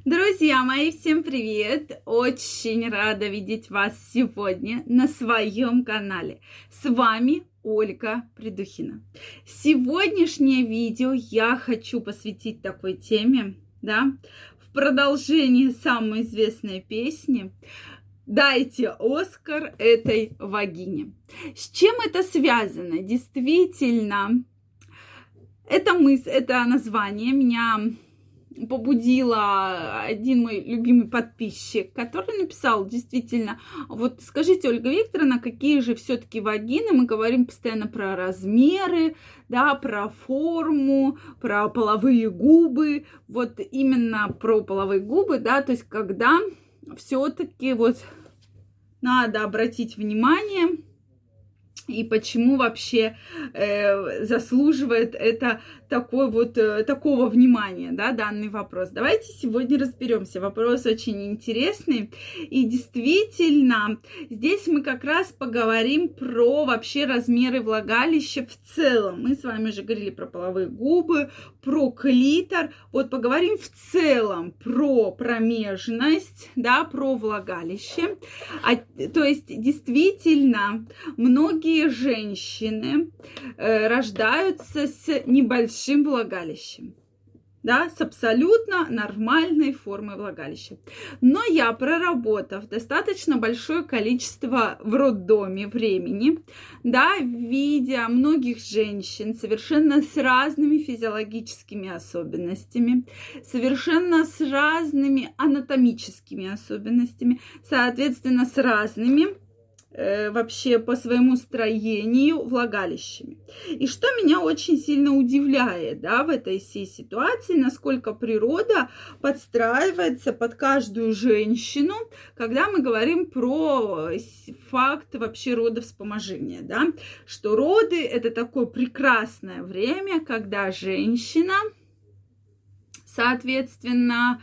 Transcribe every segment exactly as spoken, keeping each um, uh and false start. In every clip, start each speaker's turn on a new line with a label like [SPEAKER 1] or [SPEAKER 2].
[SPEAKER 1] Друзья мои, всем привет! Очень рада видеть вас сегодня на своем канале. С вами Ольга Придухина. Сегодняшнее видео я хочу посвятить такой теме, да, в продолжении самой известной песни «Дайте Оскар этой вагине». С чем это связано? Действительно, это мысль, это название меня побудила один мой любимый подписчик, который написал действительно: вот скажите, Ольга Викторовна, какие же все-таки вагины? Мы говорим постоянно про размеры, да, про форму, про половые губы. Вот именно про половые губы, да, то есть когда все-таки вот надо обратить внимание, и почему вообще э, заслуживает это такой вот, э, такого внимания, да, данный вопрос. Давайте сегодня разберемся. Вопрос очень интересный. И действительно, здесь мы как раз поговорим про вообще размеры влагалища в целом. Мы с вами уже говорили про половые губы, про клитор. Вот поговорим в целом про промежность, да, про влагалище. А, то есть, действительно, многие женщины э, рождаются с небольшим влагалищем, да, с абсолютно нормальной формой влагалища. Но я, проработав достаточно большое количество в роддоме времени, да, видя многих женщин совершенно с разными физиологическими особенностями, совершенно с разными анатомическими особенностями, соответственно, с разными вообще по своему строению влагалищами. И что меня очень сильно удивляет, да, в этой всей ситуации, насколько природа подстраивается под каждую женщину, когда мы говорим про факт вообще родовспоможения, да, что роды — это такое прекрасное время, когда женщина, соответственно,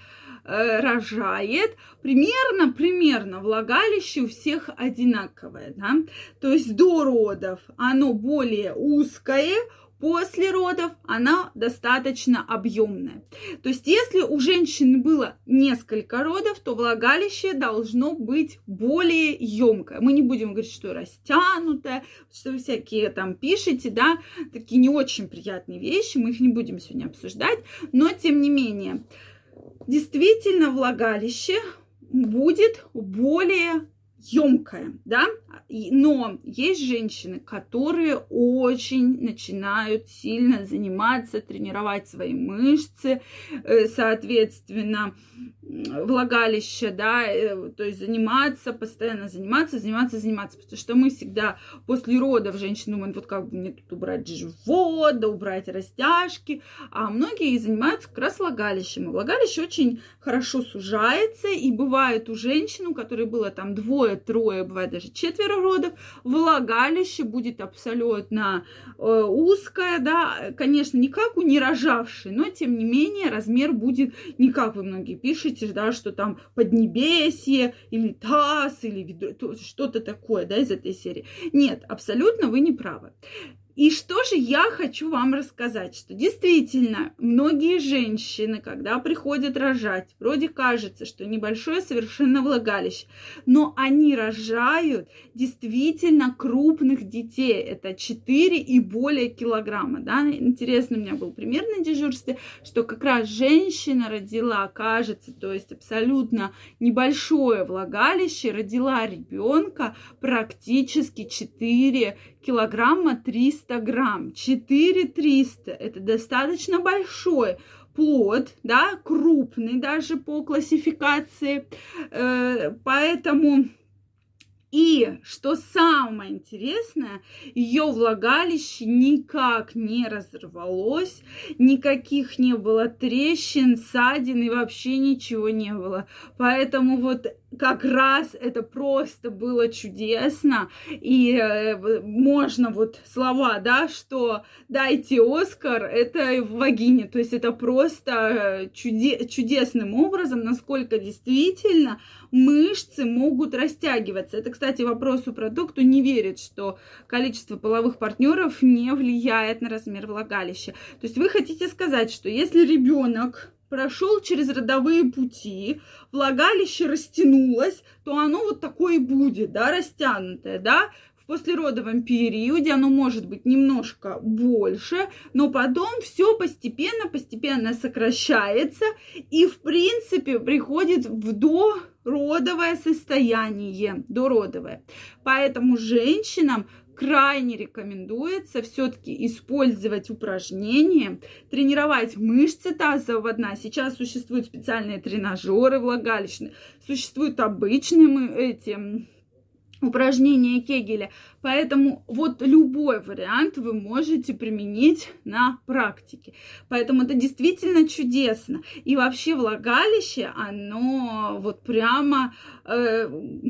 [SPEAKER 1] рожает, примерно, примерно влагалище у всех одинаковое, да, то есть до родов оно более узкое, после родов она достаточно объемная. То есть если у женщины было несколько родов, то влагалище должно быть более емкое. Мы не будем говорить, что растянутое, что вы всякие там пишете, да, такие не очень приятные вещи, мы их не будем сегодня обсуждать, но тем не менее, действительно, влагалище будет более емкое, да, но есть женщины, которые очень начинают сильно заниматься, тренировать свои мышцы, соответственно, влагалище, да, то есть заниматься, постоянно заниматься, заниматься, заниматься, потому что мы всегда после родов женщины думают, вот как бы мне тут убрать живот, да убрать растяжки, а многие занимаются как раз влагалищем. И влагалище очень хорошо сужается, и бывает у женщин, у которой было там двое, трое, бывает даже четверо родов, влагалище будет абсолютно э, узкое, да, конечно, не как у нерожавшей, но тем не менее размер будет не как вы многие пишете, да, что там поднебесье или таз или ведро, что-то такое, да, из этой серии. Нет, абсолютно вы не правы. И что же я хочу вам рассказать, что действительно многие женщины, когда приходят рожать, вроде кажется, что небольшое совершенно влагалище, но они рожают действительно крупных детей, это четыре и более килограмма, да, интересно, у меня был пример на дежурстве, что как раз женщина родила, кажется, то есть абсолютно небольшое влагалище, родила ребенка практически четыре килограмма триста грамм, четыре триста, это достаточно большой плод, да, крупный даже по классификации, э, поэтому... И, что самое интересное, ее влагалище никак не разорвалось, никаких не было трещин, ссадин и вообще ничего не было. Поэтому вот как раз это просто было чудесно. И э, можно вот слова, да, что дайте Оскар этой вагине. То есть это просто чуде- чудесным образом, насколько действительно мышцы могут растягиваться. Это, кстати, вопросу про то, кто не верит, что количество половых партнеров не влияет на размер влагалища. То есть вы хотите сказать, что если ребенок прошел через родовые пути, влагалище растянулось, то оно вот такое и будет, да, растянутое, да. В послеродовом периоде оно может быть немножко больше, но потом все постепенно, постепенно сокращается и, в принципе, приходит в дородовое состояние, дородовое. Поэтому женщинам крайне рекомендуется все-таки использовать упражнения, тренировать мышцы тазового дна. Сейчас существуют специальные тренажеры влагалищные, существуют обычные эти упражнения Кегеля. Поэтому вот любой вариант вы можете применить на практике. Поэтому это действительно чудесно. И вообще влагалище, оно вот прямо э,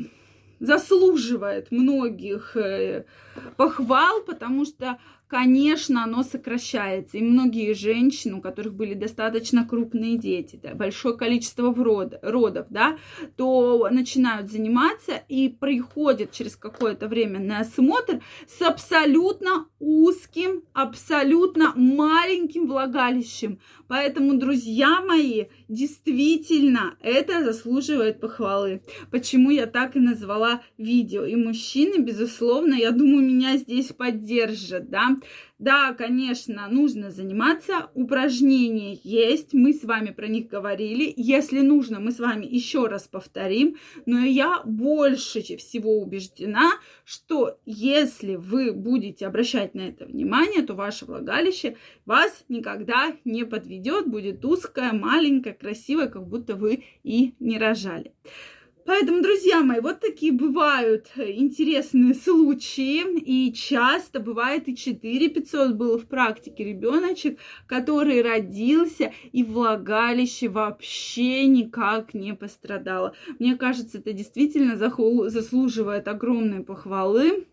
[SPEAKER 1] заслуживает многих э, похвал, потому что, конечно, оно сокращается. И многие женщины, у которых были достаточно крупные дети, да, большое количество род, родов, да, то начинают заниматься и приходят через какое-то время на осмотр с абсолютно узким, абсолютно маленьким влагалищем. Поэтому, друзья мои, действительно, это заслуживает похвалы. Почему я так и назвала видео. И мужчины, безусловно, я думаю, меня здесь поддержат, да. Да, конечно, нужно заниматься, упражнения есть, мы с вами про них говорили, если нужно, мы с вами еще раз повторим, но я больше всего убеждена, что если вы будете обращать на это внимание, то ваше влагалище вас никогда не подведет, будет узкое, маленькое, красивое, как будто вы и не рожали. Поэтому, друзья мои, вот такие бывают интересные случаи, и часто бывает и четыре тысячи пятьсот было в практике ребеночек, который родился, и влагалище вообще никак не пострадало. Мне кажется, это действительно заслуживает огромной похвалы.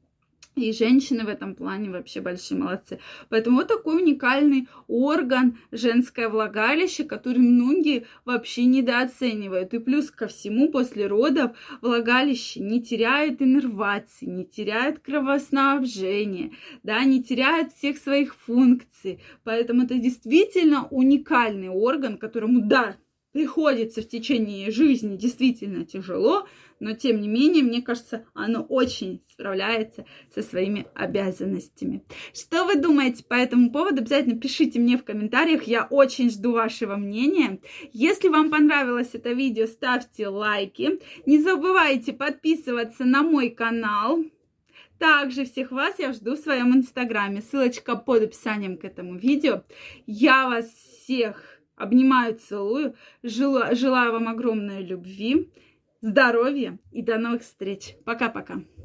[SPEAKER 1] И женщины в этом плане вообще большие молодцы. Поэтому вот такой уникальный орган, женское влагалище, который многие вообще недооценивают. И плюс ко всему, после родов влагалище не теряет иннервации, не теряет кровоснабжение, да, не теряет всех своих функций. Поэтому это действительно уникальный орган, которому, да, приходится в течение жизни действительно тяжело, но тем не менее, мне кажется, оно очень справляется со своими обязанностями. Что вы думаете по этому поводу? Обязательно пишите мне в комментариях, я очень жду вашего мнения. Если вам понравилось это видео, ставьте лайки. Не забывайте подписываться на мой канал. Также всех вас я жду в своем инстаграме. Ссылочка под описанием к этому видео. Я вас всех обнимаю, целую. Желаю вам огромной любви, здоровья и до новых встреч. Пока-пока.